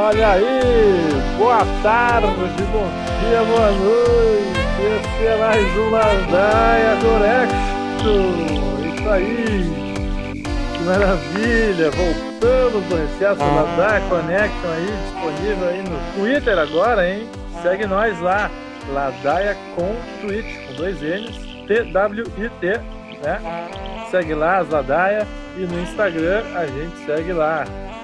Olha aí, boa tarde, bom dia, boa noite. Esse é mais um Ladaia Connection. Isso aí, que maravilha. Voltamos do recesso Ladaia Connection aí, disponível aí no Twitter agora, hein? Segue nós lá, Ladaia com Twitch, com 2 N's, TWIT, né? Segue lá as Ladaia e no Instagram a gente segue lá.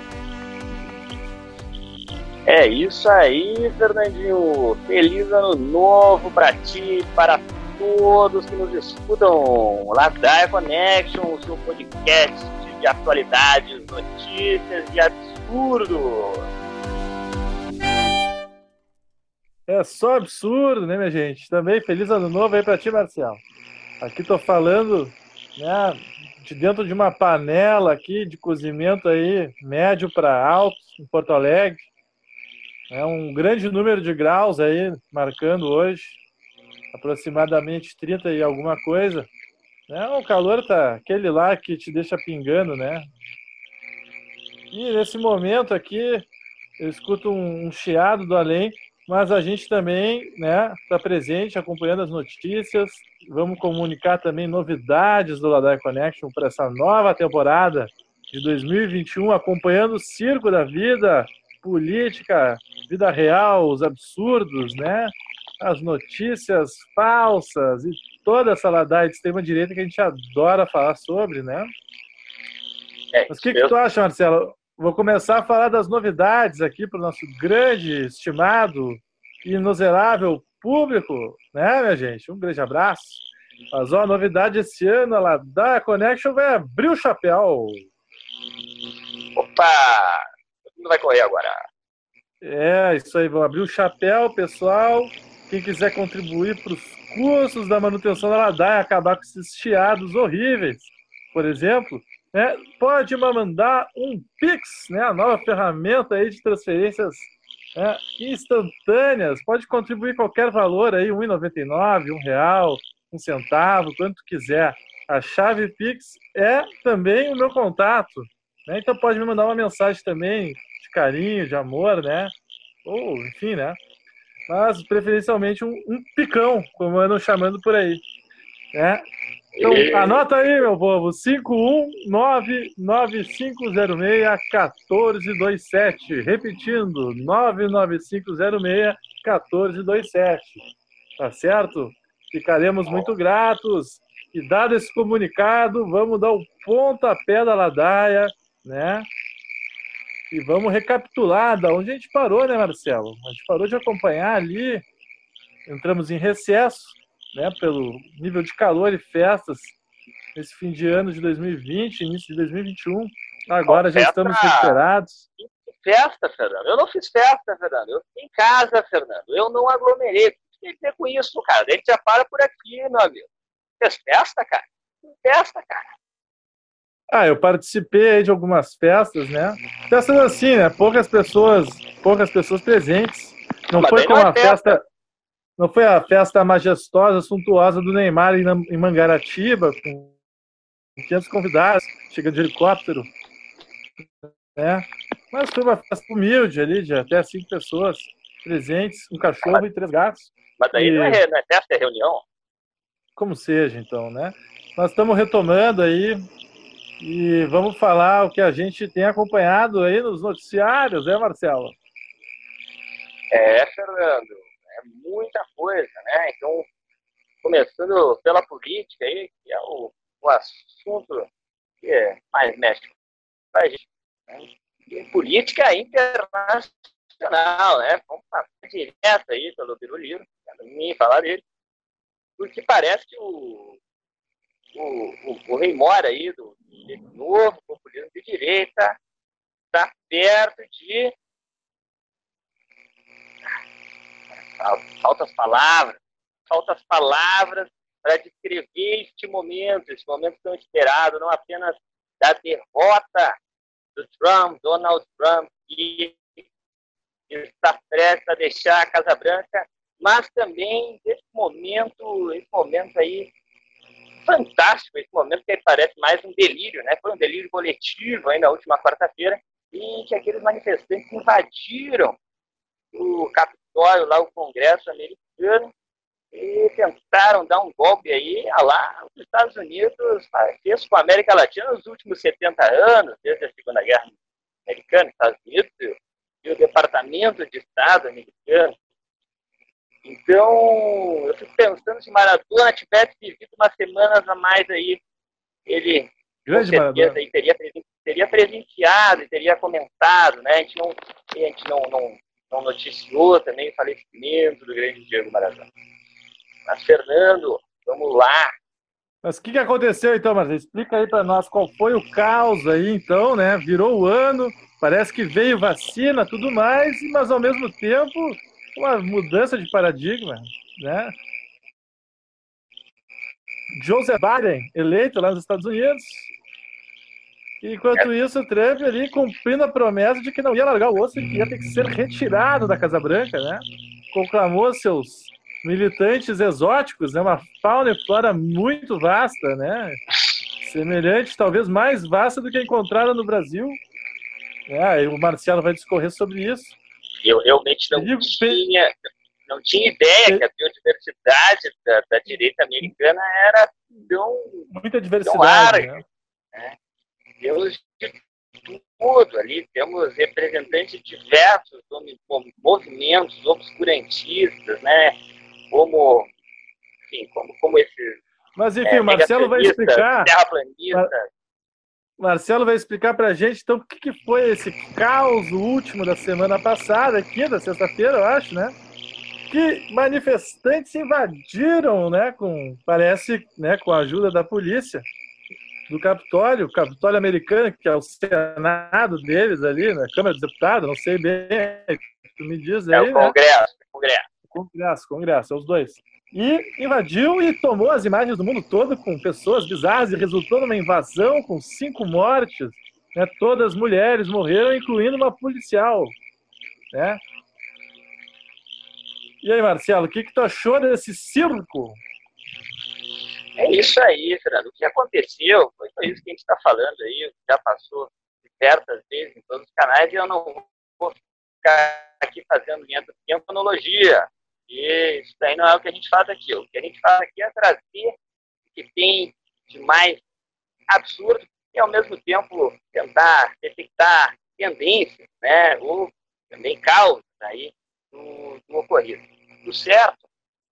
É isso aí, Fernandinho. Feliz ano novo para ti, para todos que nos escutam. Ladaia Connection, o seu podcast de atualidades, notícias e absurdo. É só absurdo, né, minha gente? Também feliz ano novo aí para ti, Marcial. Aqui tô falando, né, de dentro de uma panela aqui de cozimento aí, médio para alto, em Porto Alegre. É um grande número de graus aí, marcando hoje, aproximadamente 30 e alguma coisa. O calor tá aquele lá que te deixa pingando, né? E nesse momento aqui, eu escuto um chiado do além, mas a gente também, né, tá presente, acompanhando as notícias. Vamos comunicar também novidades do Ladaia Connection para essa nova temporada de 2021, acompanhando o circo da vida, política, vida real, os absurdos, né? As notícias falsas e toda essa ladaia de extrema-direita que a gente adora falar sobre, né? Mas o que tu acha, Marcelo? Vou começar a falar das novidades aqui para o nosso grande, estimado e inuserável público, né, minha gente? Um grande abraço. Mas, ó, a novidade esse ano, a Ladaia Connection vai abrir o chapéu. Opa! Todo mundo vai correr agora. É, isso aí, vamos abrir o chapéu, pessoal. Quem quiser contribuir para os custos da manutenção da Ladaia, acabar com esses chiados horríveis, por exemplo, né, pode mandar um Pix, né, a nova ferramenta aí de transferências, né, instantâneas. Pode contribuir qualquer valor aí, R$1,99, R$1, R$1, quanto quiser. A chave Pix é também o meu contato, né? Então pode me mandar uma mensagem também de carinho, de amor, né? Ou, enfim, né? Mas preferencialmente um picão, como andam chamando por aí, né? Então, anota aí, meu povo, 51995061427. Repetindo, 995061427. Tá certo? Ficaremos muito gratos. E dado esse comunicado, vamos dar o pontapé da ladaia, né? E vamos recapitular da onde a gente parou, né, Marcelo? A gente parou de acompanhar ali, entramos em recesso, né, pelo nível de calor e festas nesse fim de ano de 2020, início de 2021. Agora já estamos recuperados. Festa, Fernando. Eu não fiz festa, Fernando. Eu fiquei em casa, Fernando. Eu não aglomerei. O que tem a ver com isso, cara? A gente já para por aqui, meu amigo. Fez festa, cara? Festa, cara. Ah, eu participei de algumas festas, né? Festas assim, né? Poucas pessoas presentes. Não foi como a festa. Não foi a festa majestosa, suntuosa do Neymar em Mangaratiba, com 500 convidados, chega de helicóptero, né? Mas foi uma festa humilde ali, de até 5 pessoas presentes, um cachorro e 3 gatos. Mas daí não é festa, é reunião. Como seja, então, né? Nós estamos retomando aí e vamos falar o que a gente tem acompanhado aí nos noticiários, né, Marcelo? É, Fernando, é muita coisa, né? Então, começando pela política aí, que é o assunto que mais mexe com a gente, né? E política internacional, né? Vamos passar direto aí pelo Biruliro, nem falar dele, porque parece que o Rei Mora aí, do novo populismo de direita, está perto de... Faltam as palavras para descrever este momento tão esperado, não apenas da derrota do Donald Trump, que está prestes a deixar a Casa Branca, mas também desse momento aí fantástico, esse momento que parece mais um delírio, né? Foi um delírio coletivo aí na última quarta-feira, em que aqueles manifestantes invadiram o Capitólio, lá o Congresso americano, e tentaram dar um golpe aí, lá os Estados Unidos fez com a América Latina nos últimos 70 anos, desde a Segunda Guerra Americana, Estados Unidos e o Departamento de Estado americano. Então, eu fico pensando se Maradona tivesse vivido umas semanas a mais aí, ele Grande com certeza aí, teria presenciado e teria comentado, né? A gente não noticiou também o falecimento do grande Diego Maradona. Mas, Fernando, vamos lá. Mas o que aconteceu então, Marcelo? Explica aí para nós qual foi o caos aí, então, né? Virou o ano, parece que veio vacina, tudo mais, mas ao mesmo tempo uma mudança de paradigma, né? Joseph Biden, eleito lá nos Estados Unidos. E, enquanto isso, o Trump ali cumprindo a promessa de que não ia largar o osso e que ia ter que ser retirado da Casa Branca, né? Conclamou seus militantes exóticos, né? Uma fauna e flora muito vasta, né? Semelhante, talvez mais vasta do que encontrada no Brasil. E o Marcelo vai discorrer sobre isso. Eu realmente não tinha ideia que a biodiversidade da direita americana era muita diversidade, tão larga, né? Temos de tudo ali, temos representantes de diversos movimentos obscurantistas, né? Como esses. Mas enfim, o Marcelo vai explicar. Terraplanista. Marcelo vai explicar para a gente, então, o que foi esse caos último da semana passada, quinta, sexta-feira, eu acho, né? Que manifestantes invadiram, né, parece, né, com a ajuda da polícia, do Capitólio americano, que é o Senado deles ali, na Câmara dos Deputados, não sei bem, tu me diz aí, o Congresso, né? Congresso, é os dois. E invadiu e tomou as imagens do mundo todo com pessoas bizarras e resultou numa invasão com 5 mortes, né? Todas mulheres morreram, incluindo uma policial, né? E aí, Marcelo, o que tu achou desse circo? É isso aí, Fernando. O que aconteceu foi isso que a gente está falando aí, já passou diversas vezes em todos os canais, e eu não vou ficar aqui fazendo linha do tempo, cronologia. E isso daí não é o que a gente faz aqui. O que a gente faz aqui é trazer o que tem de mais absurdo e, ao mesmo tempo, tentar detectar tendências, né? Ou também causas aí do ocorrido. O certo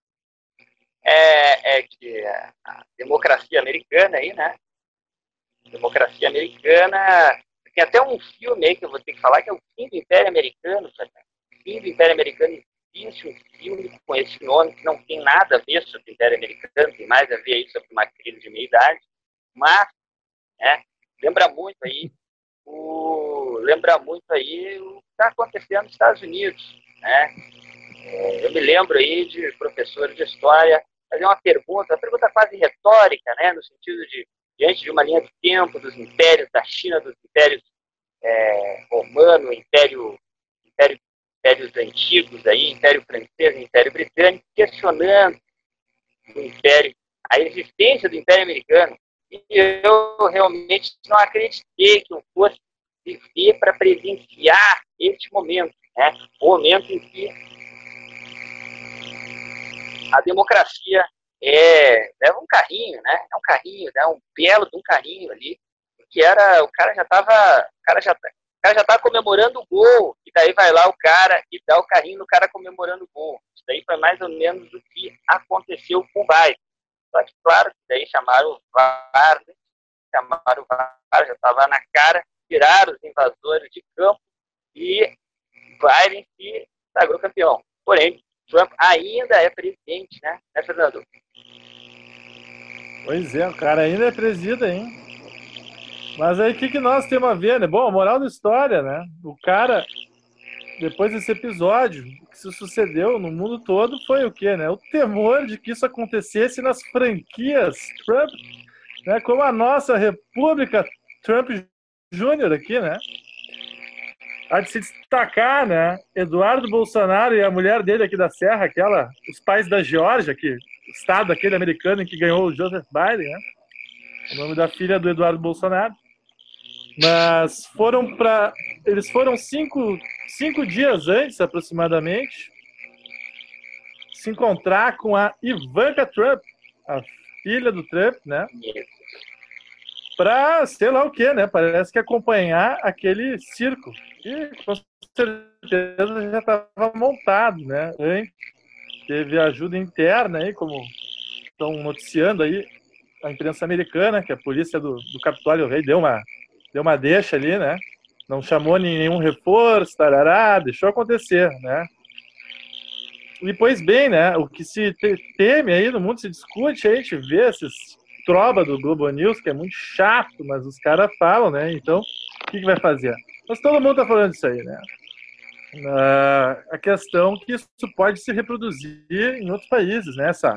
é que a democracia americana aí, né? Democracia americana... Tem até um filme aí que eu vou ter que falar, que é o Fim do Império Americano. O Fim do Império Americano. Existe um filme com esse nome que não tem nada a ver sobre o Império Americano, tem mais a ver aí sobre uma crise de meia-idade, mas, né, lembra muito aí o que está acontecendo nos Estados Unidos, né? Eu me lembro aí de professores de história fazer uma pergunta quase retórica, né, no sentido de, diante de uma linha de tempo dos impérios da China, dos impérios romano, impérios antigos, aí, Império Francês, Império Britânico, questionando a existência do Império Americano. E eu realmente não acreditei que eu fosse viver para presenciar este momento, né? O momento em que a democracia leva um carrinho, né? É um carrinho, né? Um belo de um carrinho ali, que o cara já estava comemorando o gol, e daí vai lá o cara e dá o carrinho no cara comemorando o gol. Isso daí foi mais ou menos o que aconteceu com o Biden. Só que, claro, que daí chamaram o VAR, já estava na cara, tiraram os invasores de campo e Biden se sagrou campeão. Porém, Trump ainda é presidente, né, Fernando? Pois é, o cara ainda é presidente, hein? Mas aí o que nós temos a ver, né? Bom, a moral da história, né? O cara, depois desse episódio, o que se sucedeu no mundo todo foi o quê, né? O temor de que isso acontecesse nas franquias Trump, né? Como a nossa República Trump Júnior aqui, né? Há de se destacar, né? Eduardo Bolsonaro e a mulher dele aqui da Serra, os pais da Geórgia, o estado aquele americano em que ganhou o Joseph Biden, né? O nome da filha do Eduardo Bolsonaro. Mas eles foram cinco dias antes, aproximadamente, se encontrar com a Ivanka Trump, a filha do Trump, né? Para sei lá o que, né? Parece que acompanhar aquele circo. E com certeza já estava montado, né? Antes teve ajuda interna aí, como estão noticiando aí a imprensa americana, que a polícia do Capitólio Rei deu uma deixa ali, né? Não chamou nenhum reforço, tarará, deixou acontecer, né? E pois bem, né? O que se teme aí no mundo, se discute, a gente vê esses troba do Globo News, que é muito chato, mas os caras falam, né? Então, o que vai fazer? Mas todo mundo tá falando disso aí, né? A questão que isso pode se reproduzir em outros países, né? Essa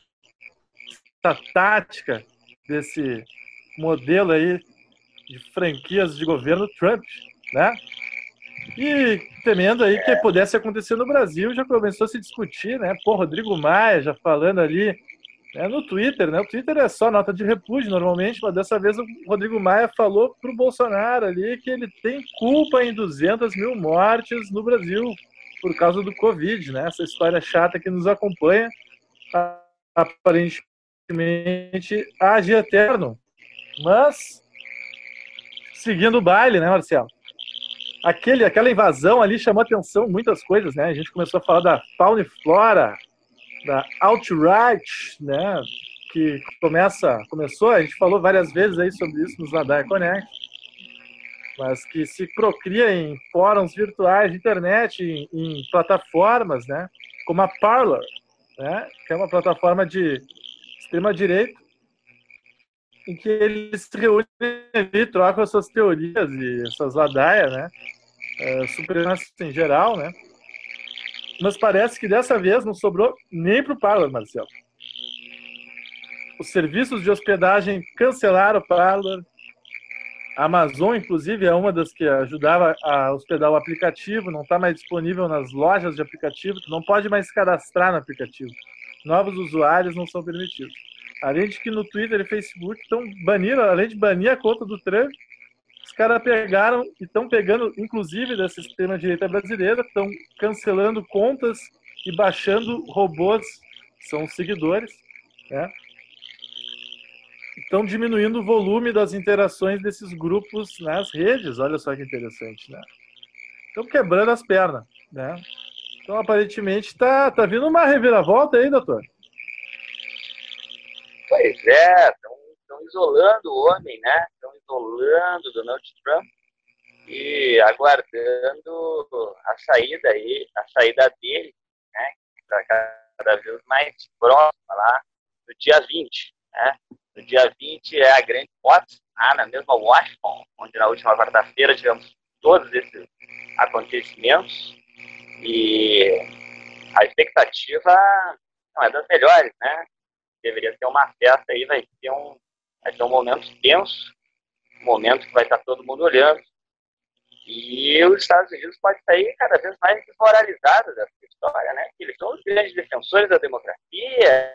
tática desse modelo aí de franquias de governo Trump, né? E temendo aí que pudesse acontecer no Brasil, já começou a se discutir, né? Pô, Rodrigo Maia já falando ali, né, no Twitter, né? O Twitter é só nota de repúdio normalmente, mas dessa vez o Rodrigo Maia falou pro Bolsonaro ali que ele tem culpa em 200 mil mortes no Brasil por causa do Covid, né? Essa história chata que nos acompanha, aparentemente age eterno. Mas, seguindo o baile, né, Marcelo? Aquela invasão ali chamou atenção muitas coisas, né? A gente começou a falar da fauna e flora, da alt-right, né? Que começou, a gente falou várias vezes aí sobre isso nos Ladaia Connect, mas que se procria em fóruns virtuais de internet, em plataformas, né? Como a Parler, né? Que é uma plataforma de extrema-direita, em que eles se reúnem e trocam suas teorias e suas ladaias, né? Supremacia em geral, né? Mas parece que dessa vez não sobrou nem para o Parler, Marcelo. Os serviços de hospedagem cancelaram o Parler. A Amazon, inclusive, é uma das que ajudava a hospedar o aplicativo, não está mais disponível nas lojas de aplicativo, tu não pode mais se cadastrar no aplicativo. Novos usuários não são permitidos. Além de que no Twitter e Facebook estão banindo, além de banir a conta do Trump, os caras pegaram e estão pegando, inclusive, da extrema-direita brasileira, estão cancelando contas e baixando robôs, são seguidores, né? Estão diminuindo o volume das interações desses grupos nas redes. Olha só que interessante, né? Estão quebrando as pernas, né? Então, aparentemente, tá vindo uma reviravolta aí, doutor. Pois é, estão isolando o homem, né? Estão isolando Donald Trump e aguardando a saída dele, né? Está cada vez mais próxima lá, no dia 20, né? No dia 20 é a grande hipótese, na mesma Washington, onde na última quarta-feira tivemos todos esses acontecimentos e a expectativa não é das melhores, né? Deveria ser uma festa aí, vai ser um momento tenso, um momento que vai estar todo mundo olhando. E os Estados Unidos pode sair cada vez mais desmoralizados dessa história, né? Eles são os grandes defensores da democracia.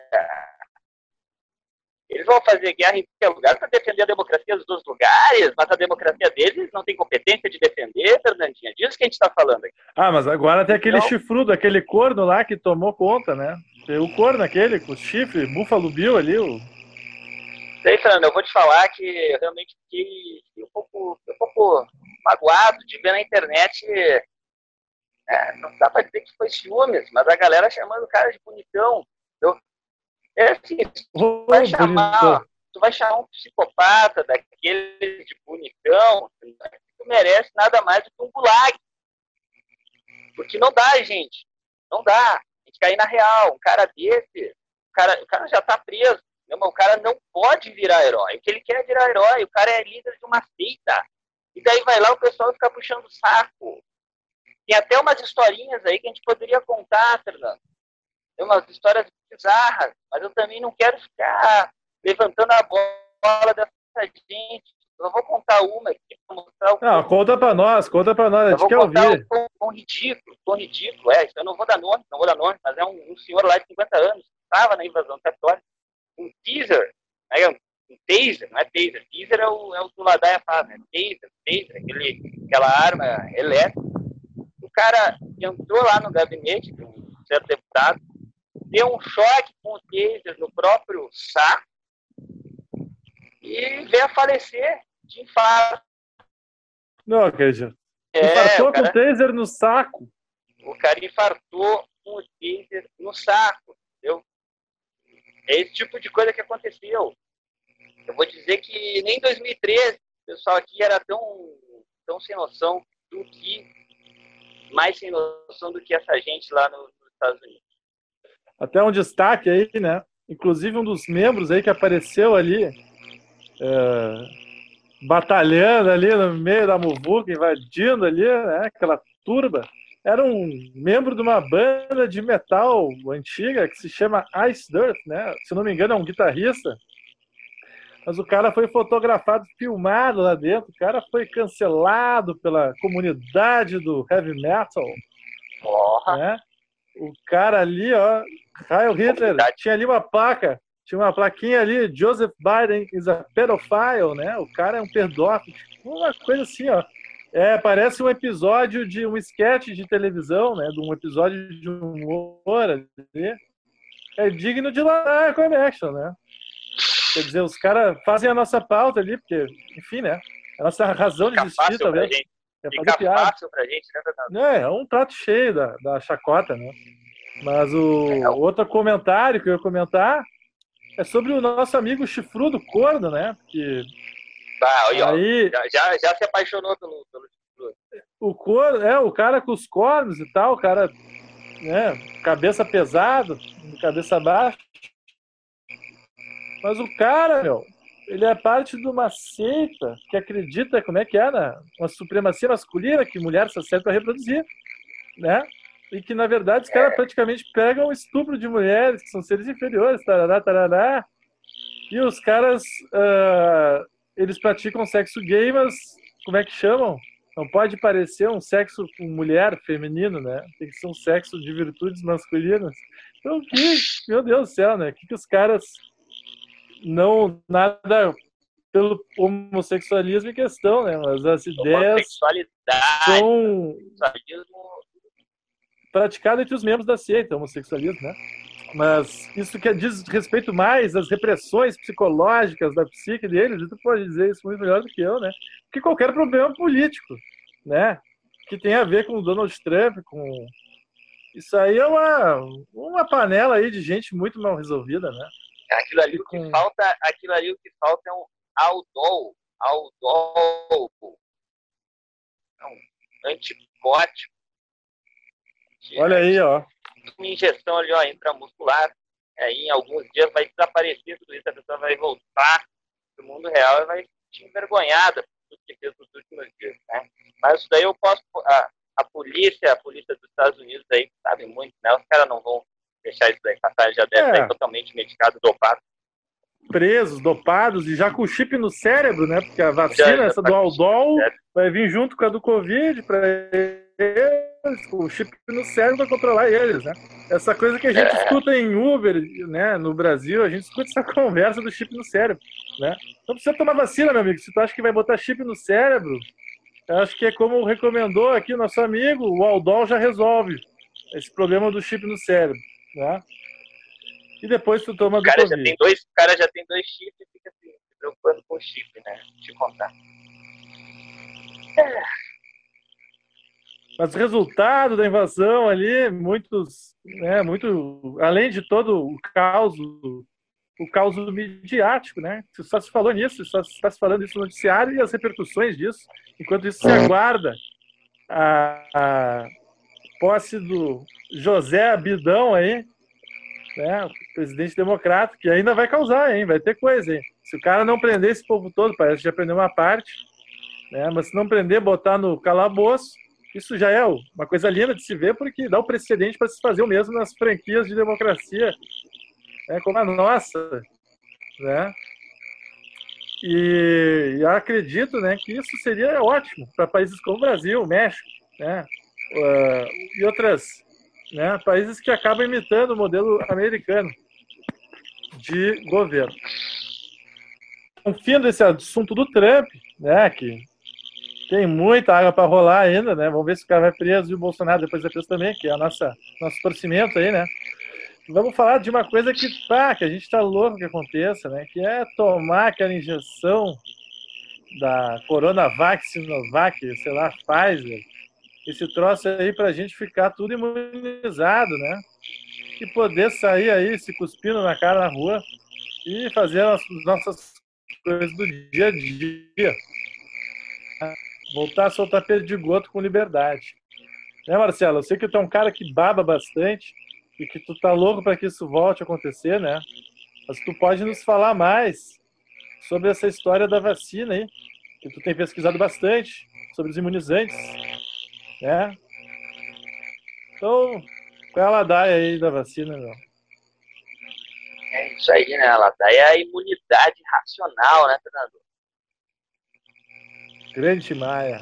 Eles vão fazer guerra em qualquer lugar para defender a democracia dos dois lugares, mas a democracia deles não tem competência de defender, Fernandinha. Disso que a gente está falando aqui. Mas agora tem aquele chifrudo, aquele corno lá que tomou conta, né? O corno aquele, com o chifre, Buffalo Bill ali. Sei, Fernando, eu vou te falar que eu realmente fiquei um pouco magoado de ver na internet. Não dá para dizer que foi ciúmes, mas a galera chamando o cara de bonitão. É assim, tu vai chamar um psicopata daquele de bonitão, tu merece nada mais do que um gulag. Porque não dá, gente. Não dá. A gente cair na real. Um cara desse, o cara já tá preso. O cara não pode virar herói. O que ele quer é virar herói. O cara é líder de uma seita. E daí vai lá o pessoal fica puxando o saco. Tem até umas historinhas aí que a gente poderia contar, Fernando. Tem umas histórias bizarras, mas eu também não quero ficar levantando a bola dessa gente. Eu vou contar uma aqui para mostrar o. Não, conta para nós, a gente quer ouvir. Com ridículo. Eu não vou dar nome, mas é um senhor lá de 50 anos, estava na invasão do Capitólio, um teaser, né, um taser, não é taser. Taser é o que o Ladaia faz, né? Taser, aquela arma elétrica. O cara entrou lá no gabinete de um certo deputado, deu um choque com o taser no próprio saco e veio a falecer de infarto. Não acredito. Infartou com o taser no saco. O cara infartou com o taser no saco, entendeu? É esse tipo de coisa que aconteceu. Eu vou dizer que nem em 2013 o pessoal aqui era tão sem noção do que, mais sem noção do que essa gente lá nos Estados Unidos. Até um destaque aí, né? Inclusive um dos membros aí que apareceu ali, batalhando ali no meio da muvuca, invadindo ali, né? Aquela turba. Era um membro de uma banda de metal antiga que se chama Ice Dirt, né? Se não me engano, é um guitarrista. Mas o cara foi fotografado, filmado lá dentro. O cara foi cancelado pela comunidade do heavy metal. Né? O cara ali, ó, Heil Hitler, tinha ali uma placa, tinha uma plaquinha ali, Joseph Biden is a pedophile, né? O cara é um pedófilo. Uma coisa assim, ó. Parece um episódio de um sketch de televisão, né? De um episódio de humor ali. É digno de Live Connection, né? Quer dizer, os caras fazem a nossa pauta ali, porque, enfim, né? A nossa razão de existir, talvez. Fica fácil pra gente, né, Fernando? É um prato cheio da chacota, né? Mas o outro comentário que eu ia comentar é sobre o nosso amigo chifrudo corno, né? Que aí já se apaixonou pelo chifrudo. O corno, o cara com os cornos e tal, o cara, né? Cabeça pesado, cabeça baixa. Mas o cara, meu, ele é parte de uma seita que acredita, como é que é, uma supremacia masculina, que mulher só serve para reproduzir, né? E que, na verdade, os caras praticamente pegam o estupro de mulheres, que são seres inferiores, tarará, tarará. E os caras, eles praticam sexo gay, mas como é que chamam? Não pode parecer um sexo com mulher, feminino, né? Tem que ser um sexo de virtudes masculinas. Então, meu Deus do céu, né? Que os caras não nada pelo homossexualismo em questão, né? Mas as ideias são praticadas entre os membros da seita, homossexualismo, né? Mas isso que diz respeito mais às repressões psicológicas da psique deles, e tu pode dizer isso muito melhor do que eu, né? Que qualquer problema político, né? Que tem a ver com o Donald Trump, com... Isso aí é uma panela aí de gente muito mal resolvida, né? Aquilo ali o que falta é um aldol. É um antibótico. Olha aí, ó. Uma injeção ali, ó, intramuscular. Aí em alguns dias vai desaparecer tudo isso, a pessoa vai voltar pro mundo real e vai te envergonhar por tudo que fez nos últimos dias, né? Mas isso daí eu posso... A polícia dos Estados Unidos aí sabe muito, né? Os caras não vão deixar isso daí passar, já deve estar totalmente medicado, dopado. Presos, dopados, e já com o chip no cérebro, né? Porque a vacina, essa do Aldol, vai vir junto com a do Covid para eles, com o chip no cérebro para controlar eles, né? Essa coisa que a gente escuta em Uber, né? No Brasil, a gente escuta essa conversa do chip no cérebro, né? Não precisa tomar vacina, meu amigo. Se tu acha que vai botar chip no cérebro, eu acho que é como recomendou aqui o nosso amigo, o Aldol já resolve esse problema do chip no cérebro, né? E depois tu toma do Covid. O cara já tem dois chips e fica se preocupando com o chip, né? Te contar. Mas o resultado da invasão ali, muitos, né, muito, além de todo o caos midiático, né? Só se falou nisso, só se está se falando isso no noticiário e as repercussões disso. Enquanto isso se aguarda a posse do José Abidão aí, né, o presidente democrata, que ainda vai causar, hein? Vai ter coisa, hein? Se o cara não prender esse povo todo, parece que já prendeu uma parte, né? Mas se não prender, botar no calabouço, isso já é uma coisa linda de se ver, porque dá o precedente para se fazer o mesmo nas franquias de democracia, né, como a nossa, né? E eu acredito, né, que isso seria ótimo para países como o Brasil, o México, né? E outras, né, países que acabam imitando o modelo americano de governo. fim desse assunto do Trump, né, que tem muita água para rolar ainda, né? Vamos ver se o cara vai preso e o Bolsonaro depois vai preso também, que é nosso torcimento aí, né? Vamos falar de uma coisa que a gente está louco que aconteça, né? Que é tomar aquela injeção da Coronavac, Sinovac, sei lá, Pfizer, esse troço aí pra gente ficar tudo imunizado, né? E poder sair aí se cuspindo na cara na rua e fazer as nossas coisas do dia a dia. Voltar a soltar perdigoto com liberdade. Né, Marcelo? Eu sei que tu é um cara que baba bastante e que tu tá louco para que isso volte a acontecer, né? Mas tu pode nos falar mais sobre essa história da vacina aí, que tu tem pesquisado bastante sobre os imunizantes, né? Então, qual é a ladaia aí da vacina, meu? É isso aí, né? Ela dá a imunidade racional, né, Fernando? Grande Maia.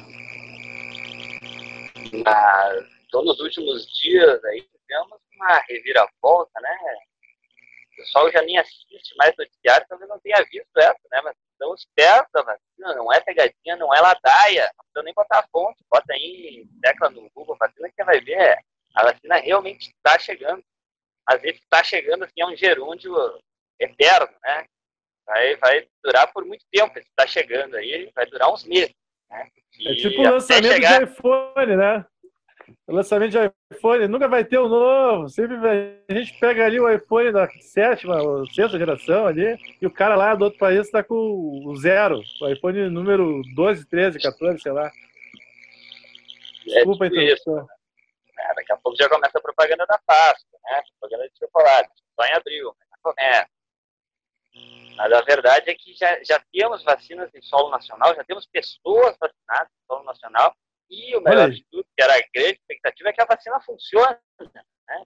Então, nos últimos dias aí, tivemos uma reviravolta, né? O pessoal já nem assiste mais noticiário, talvez não tenha visto essa, né? Mas estamos perto da vacina, não é pegadinha, não é ladaia. Não precisa nem botar a fonte, bota aí, tecla no Google, vacina, que você vai ver. A vacina realmente está chegando. Às vezes está chegando, assim, é um gerúndio eterno, né? Vai durar por muito tempo. Está chegando aí, vai durar uns meses. Né? É tipo o lançamento de iPhone, né? O lançamento de iPhone nunca vai ter um novo. Sempre a gente pega ali o iPhone da sétima ou sexta geração ali e o cara lá do outro país está com o zero. O iPhone número 12, 13, 14, sei lá. Desculpa a introdução. Daqui a pouco já começa a propaganda da Páscoa, né? Propaganda de chocolate. Só em abril, mas começa. Mas a verdade é que já temos vacinas em solo nacional, já temos pessoas vacinadas em solo nacional. E o melhor de tudo, que era a grande expectativa, é que a vacina funciona. Né?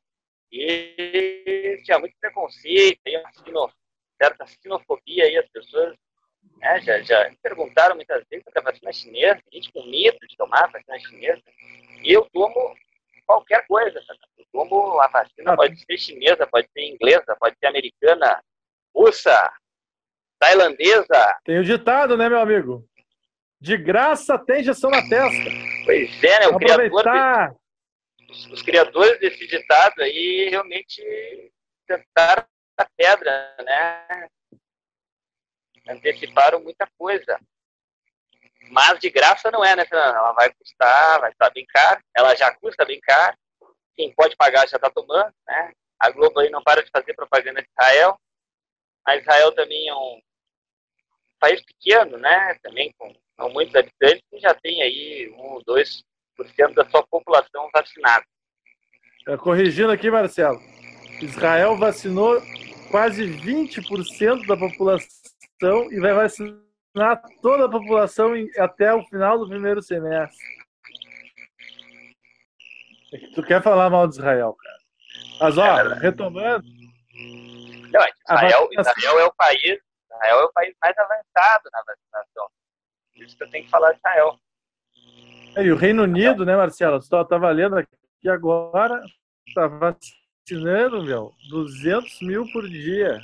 E tinha muito preconceito, tem uma certa sinofobia aí, as pessoas né, já perguntaram muitas vezes sobre a vacina chinesa, a gente com medo de tomar a vacina chinesa. E eu tomo qualquer coisa. Sabe? Eu tomo a vacina, pode ser chinesa, pode ser inglesa, pode ser americana, russa, tailandesa. Tem o ditado, né, meu amigo? De graça tem injeção na testa. Pois é, né? Os criadores desse ditado aí realmente tentaram a pedra, né? Anteciparam muita coisa. Mas de graça não é, né, Fernanda? Ela vai estar bem caro. Ela já custa bem caro. Quem pode pagar já está tomando, né? A Globo aí não para de fazer propaganda de Israel. A Israel também é um país pequeno, né? Também com muitos habitantes, que já tem aí 1 ou 2% da sua população vacinada. Corrigindo aqui, Marcelo. Israel vacinou quase 20% da população e vai vacinar toda a população até o final do primeiro semestre. Tu quer falar mal de Israel, cara. Mas, ó, retomando... Não, Israel é o país mais avançado na vacinação. Por isso que eu tenho que falar de Israel. E o Reino Unido, né, Marcelo? Você tá valendo aqui agora, tá vacinando, 200 mil por dia.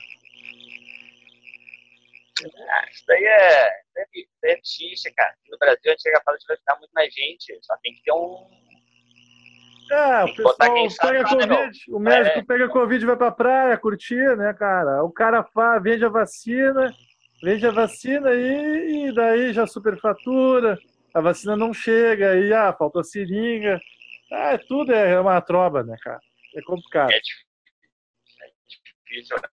Isso daí é notícia, cara. No Brasil a gente chega a falar de vacinar muito mais gente, só tem que ter um... o pessoal pega Covid, o médico pega Covid e vai pra praia curtir, né, cara? O cara vende a vacina e daí já superfatura, a vacina não chega, aí falta a seringa. Tudo é uma trova, né, cara? É complicado. É difícil,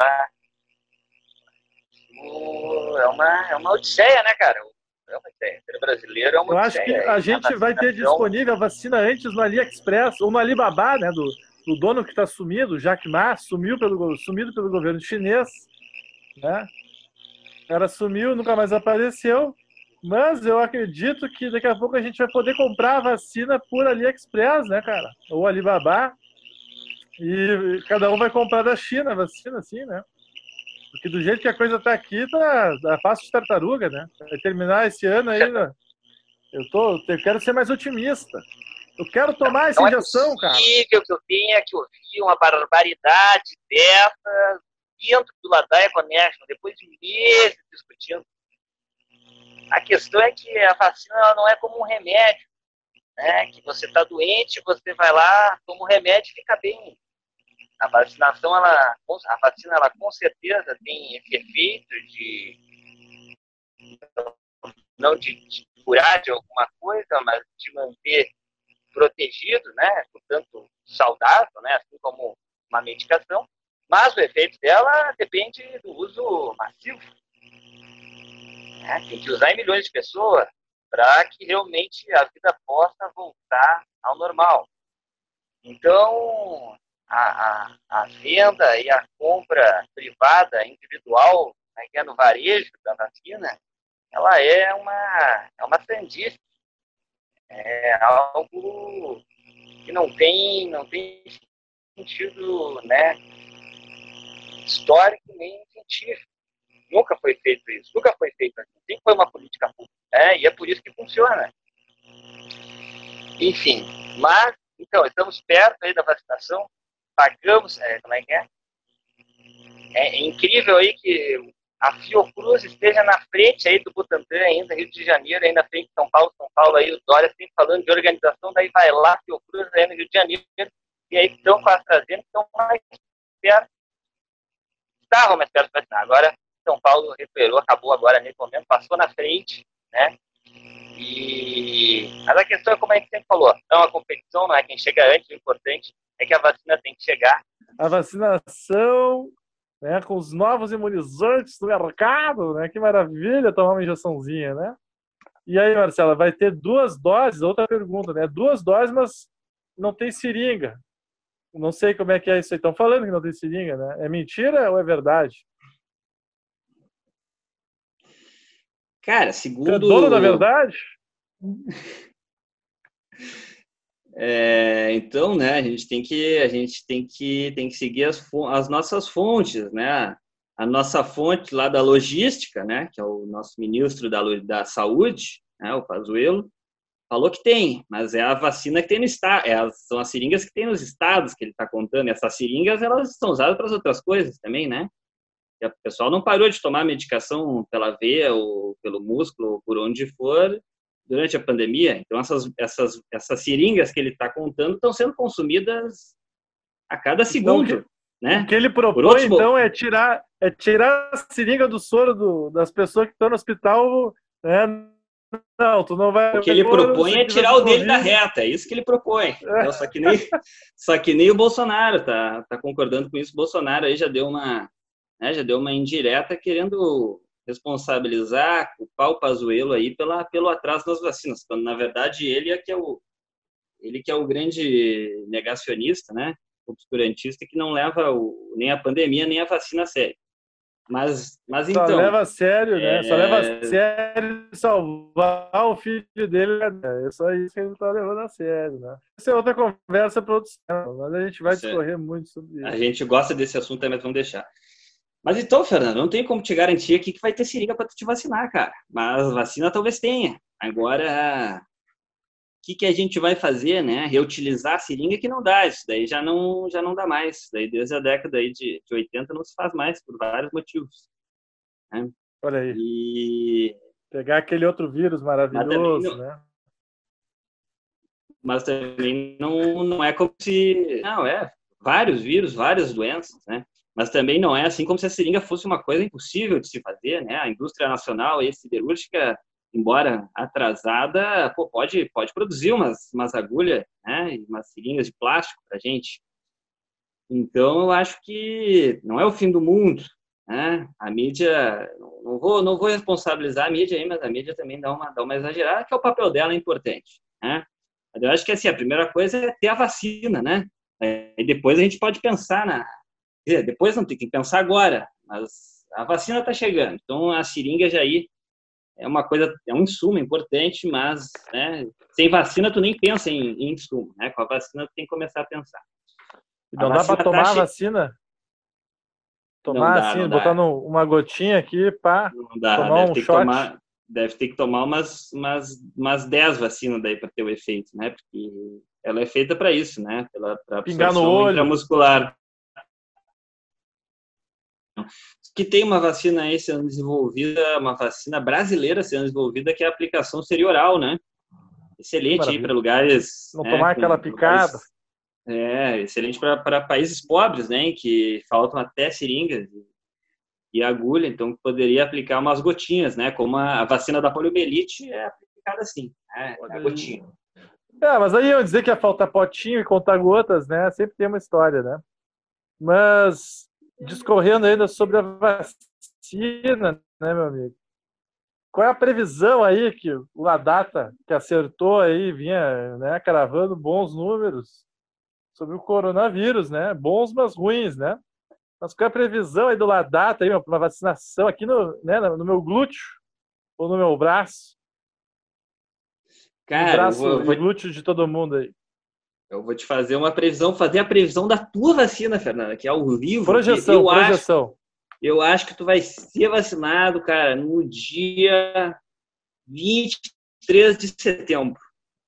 é uma odisseia, né, cara? É uma ideia. Ser brasileiro é uma Eu acho que a gente vai ter disponível a vacina antes no AliExpress ou no Alibaba, né? Do dono que está sumido, o Jack Ma, sumido pelo governo chinês, né? O cara sumiu, nunca mais apareceu. Mas eu acredito que daqui a pouco a gente vai poder comprar a vacina por AliExpress, né, cara? Ou Alibaba. E cada um vai comprar da China a vacina, assim, né? Porque do jeito que a coisa tá aqui, tá fácil de tartaruga, né? Vai terminar esse ano aí, né? Eu quero ser mais otimista. Eu quero tomar essa injeção, cara. Não é possível que eu tenha que ouvir uma barbaridade dessa dentro do Ladaia Connection, depois de meses discutindo. A questão é que a vacina ela não é como um remédio, né? Que você está doente, você vai lá, toma um remédio e fica bem. A vacinação, a vacina, ela com certeza tem esse efeito de não de curar de alguma coisa, mas de manter protegido, né? Portanto, saudável, né? Assim como uma medicação. Mas o efeito dela depende do uso massivo. Né? Tem que usar em milhões de pessoas para que realmente a vida possa voltar ao normal. Então, a venda e a compra privada, individual, né, que é no varejo da vacina, ela é uma sandice. É algo que não tem sentido, né, histórico nem científico. Nunca foi feito isso, nunca foi feito assim. Sempre foi uma política pública, e é por isso que funciona. Enfim, mas, então, estamos perto aí da vacinação, pagamos, como é que é? É incrível aí que a Fiocruz esteja na frente aí do Butantan ainda, Rio de Janeiro, aí na frente de São Paulo aí o Dória sempre falando de organização, daí vai lá, Fiocruz aí no Rio de Janeiro, e aí estão com a AstraZeneca, estão mais perto, estavam mais perto de vacinar. Agora, São Paulo recuperou, acabou agora nesse momento, passou na frente, né? Mas a questão é como a gente sempre falou, é uma competição, não é quem chega antes, o importante é que a vacina tem que chegar. A vacinação, né, com os novos imunizantes do mercado, né? Que maravilha tomar uma injeçãozinha, né? E aí, Marcela, vai ter 2 doses? Outra pergunta, né? 2 doses, mas não tem seringa. Não sei como é que é isso aí. Estão falando que não tem seringa, né? É mentira ou é verdade? Cara, Você é dono da verdade? Então, né, a gente tem que seguir as nossas fontes, né? A nossa fonte lá da logística, né, que é o nosso ministro da Saúde, né, o Pazuello, falou que tem, mas é a vacina que tem no estado, são as seringas que tem nos estados que ele está contando. Essas seringas, elas são usadas para as outras coisas também, né? E o pessoal não parou de tomar medicação pela veia ou pelo músculo, ou por onde for, durante a pandemia. Então, essas seringas que ele está contando estão sendo consumidas a cada segundo, então, né? O que ele propõe, então, é tirar a seringa do soro das pessoas que estão no hospital, né? Não, tu não vai... O que ele propõe é tirar o dele da reta, é isso que ele propõe. É. Só que nem o Bolsonaro tá concordando com isso. O Bolsonaro aí já deu uma indireta querendo responsabilizar, culpar o Pazuello aí pelo atraso das vacinas, quando na verdade ele que é o grande negacionista, né? Obscurantista, que não leva nem a pandemia nem a vacina a sério. Mas então... Só leva a sério, né? Só leva a sério salvar o filho dele, né? É só isso que ele tá levando a sério, né? Essa é outra conversa para outros temas, mas a gente vai discorrer muito sobre isso. A gente gosta desse assunto, mas vamos deixar. Mas então, Fernando, não tem como te garantir aqui que vai ter seringa para te vacinar, cara. Mas vacina talvez tenha. Agora, o que a gente vai fazer, né? Reutilizar a seringa que não dá. Isso daí já não dá mais. Isso daí desde a década aí de 80 não se faz mais, por vários motivos. Né? Olha aí. Pegar aquele outro vírus maravilhoso, né? Mas também não é como se... Não, vários vírus, várias doenças, né? Mas também não é assim como se a seringa fosse uma coisa impossível de se fazer, né? A indústria nacional e siderúrgica, embora atrasada, pode produzir umas agulhas, né? Umas seringas de plástico para a gente. Então, eu acho que não é o fim do mundo, né? A mídia, não vou responsabilizar a mídia aí, mas a mídia também dá uma exagerada, que é o papel dela é importante, né? Eu acho que assim, a primeira coisa é ter a vacina, né? E depois a gente pode pensar depois não tem que pensar agora, mas a vacina está chegando. Então a seringa já aí é uma coisa, é um insumo importante, mas, né, sem vacina tu nem pensa em insumo, né? Com a vacina tu tem que começar a pensar. Não dá para tomar a vacina? Tomar assim, botar uma gotinha aqui para tomar um shot? Deve ter que tomar umas 10 vacinas daí para ter o efeito, né? Porque ela é feita para isso, né? Para absorção intramuscular. Que tem uma vacina aí sendo desenvolvida, uma vacina brasileira sendo desenvolvida, que é a aplicação serioral, né? Excelente aí para lugares... Não tomar aquela picada. Excelente para países pobres, né? Em que faltam até seringas e agulha, então poderia aplicar umas gotinhas, né? Como a vacina da poliomielite é aplicada assim, a gotinha. Mas aí iam dizer que ia faltar potinho e contar gotas, né? Sempre tem uma história, né? Mas, discorrendo ainda sobre a vacina, né, meu amigo? Qual é a previsão aí que o Ladata, que acertou aí, vinha, né, cravando bons números sobre o coronavírus, né? Bons, mas ruins, né? Mas qual é a previsão aí do Ladata aí, uma vacinação aqui no meu glúteo ou no meu braço? Cara, no braço e glúteo de todo mundo aí. Eu vou te fazer uma previsão, fazer a previsão da tua vacina, Fernanda, que é ao vivo. Projeção. Eu acho que tu vai ser vacinado, cara, no dia 23 de setembro.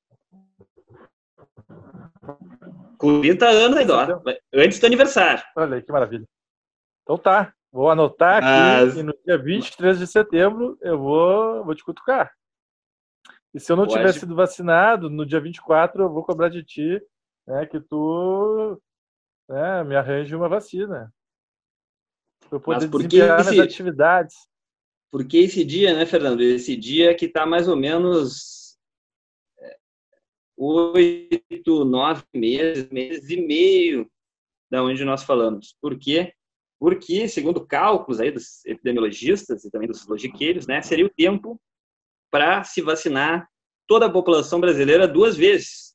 Com 30 anos ainda, ó, antes do aniversário. Olha aí, que maravilha. Então tá, vou anotar aqui e no dia 23 de setembro eu vou te cutucar. E se eu não tiver sido vacinado, no dia 24 eu vou cobrar de ti, né, que tu, né, me arranje uma vacina. Para eu poder desempenhar minhas atividades. Porque esse dia, né, Fernando? Esse dia que está mais ou menos 8, 9 meses e meio da onde nós falamos. Por quê? Porque, segundo cálculos aí dos epidemiologistas e também dos logiqueiros, né, seria o tempo para se vacinar toda a população brasileira 2 vezes.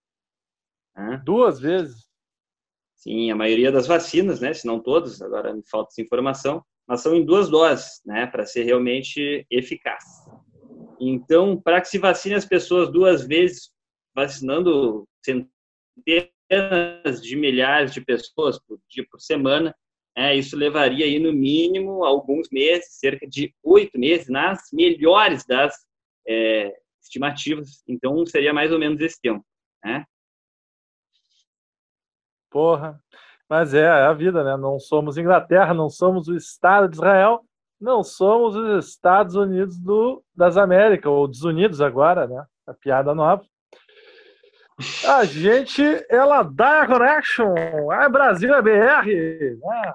2 vezes? Sim, a maioria das vacinas, né, se não todas, agora me falta essa informação, mas são em 2 doses, né, para ser realmente eficaz. Então, para que se vacine as pessoas 2 vezes, vacinando centenas de milhares de pessoas por dia, por semana, isso levaria aí no mínimo alguns meses, cerca de 8 meses, nas melhores das estimativas. Então, seria mais ou menos esse tempo, né? Porra, mas é a vida, né? Não somos Inglaterra, não somos o Estado de Israel, não somos os Estados Unidos das Américas, ou desunidos agora, né? A piada nova. A gente é Ladaia Connection, Brasil é BR, né?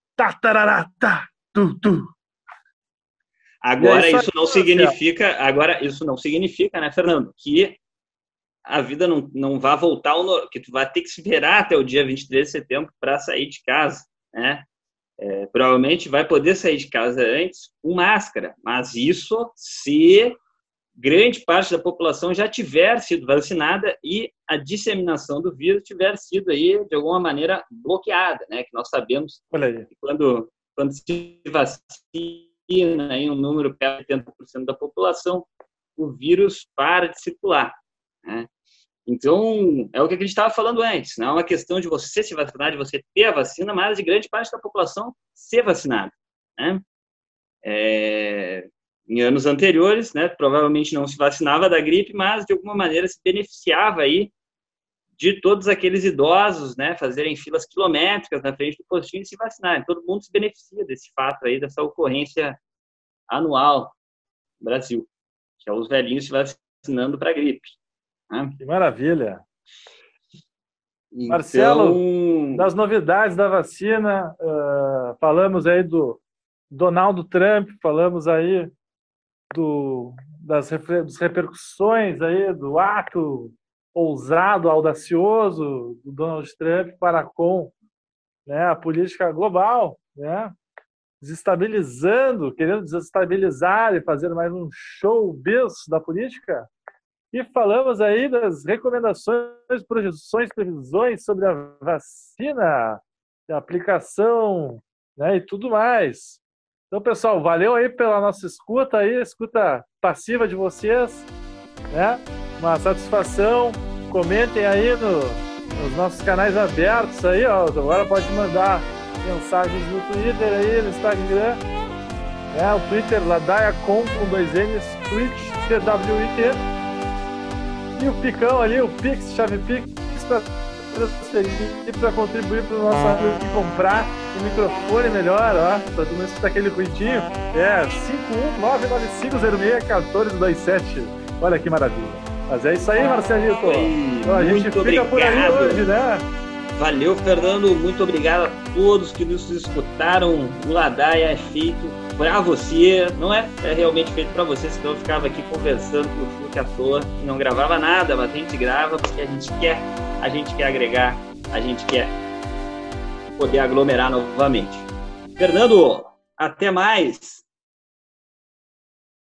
Agora isso não significa, né, Fernando, que a vida não vai voltar ao normal, que tu vai ter que esperar até o dia 23 de setembro para sair de casa, né? Provavelmente vai poder sair de casa antes com máscara, mas isso se grande parte da população já tiver sido vacinada e a disseminação do vírus tiver sido aí de alguma maneira bloqueada, né? Que nós sabemos que quando se vacina aí um número perto de 80% da população, o vírus para de circular, né? Então, é o que a gente estava falando antes, não é uma questão de você se vacinar, de você ter a vacina, mas de grande parte da população ser vacinada, né? Em anos anteriores, né, provavelmente não se vacinava da gripe, mas de alguma maneira se beneficiava aí de todos aqueles idosos, né, fazerem filas quilométricas na frente do postinho e se vacinarem. Todo mundo se beneficia desse fato aí, dessa ocorrência anual no Brasil, que é os velhinhos se vacinando para a gripe. Que maravilha! Então, Marcelo, das novidades da vacina, falamos aí do Donald Trump, falamos aí das repercussões aí do ato ousado, audacioso do Donald Trump para com, né, a política global, né, querendo desestabilizar e fazer mais um showbiz da política. E falamos aí das recomendações, projeções, previsões sobre a vacina, a aplicação, né, e tudo mais. Então, pessoal, valeu aí pela nossa escuta aí, escuta passiva de vocês, né? Uma satisfação. Comentem aí nos nossos canais abertos aí, ó. Agora pode mandar mensagens no Twitter aí, no Instagram, né? O Twitter Ladaia com 2 N's, Twitch, TWIT. E o Picão ali, o Pix, chave Pix, para transferir para contribuir para o nosso amigo que comprar um microfone melhor, ó, para tu não escutar aquele ruidinho. 51995061427. Olha que maravilha. Mas é isso aí, Marcelito. Então, a gente fica por aí hoje, né? Valeu, Fernando. Muito obrigado a todos que nos escutaram. O Ladaia é feito para você, não é? É realmente feito para você, senão eu ficava aqui conversando com o Fluke à toa e não gravava nada, mas a gente grava porque a gente quer agregar, a gente quer poder aglomerar novamente. Fernando, até mais!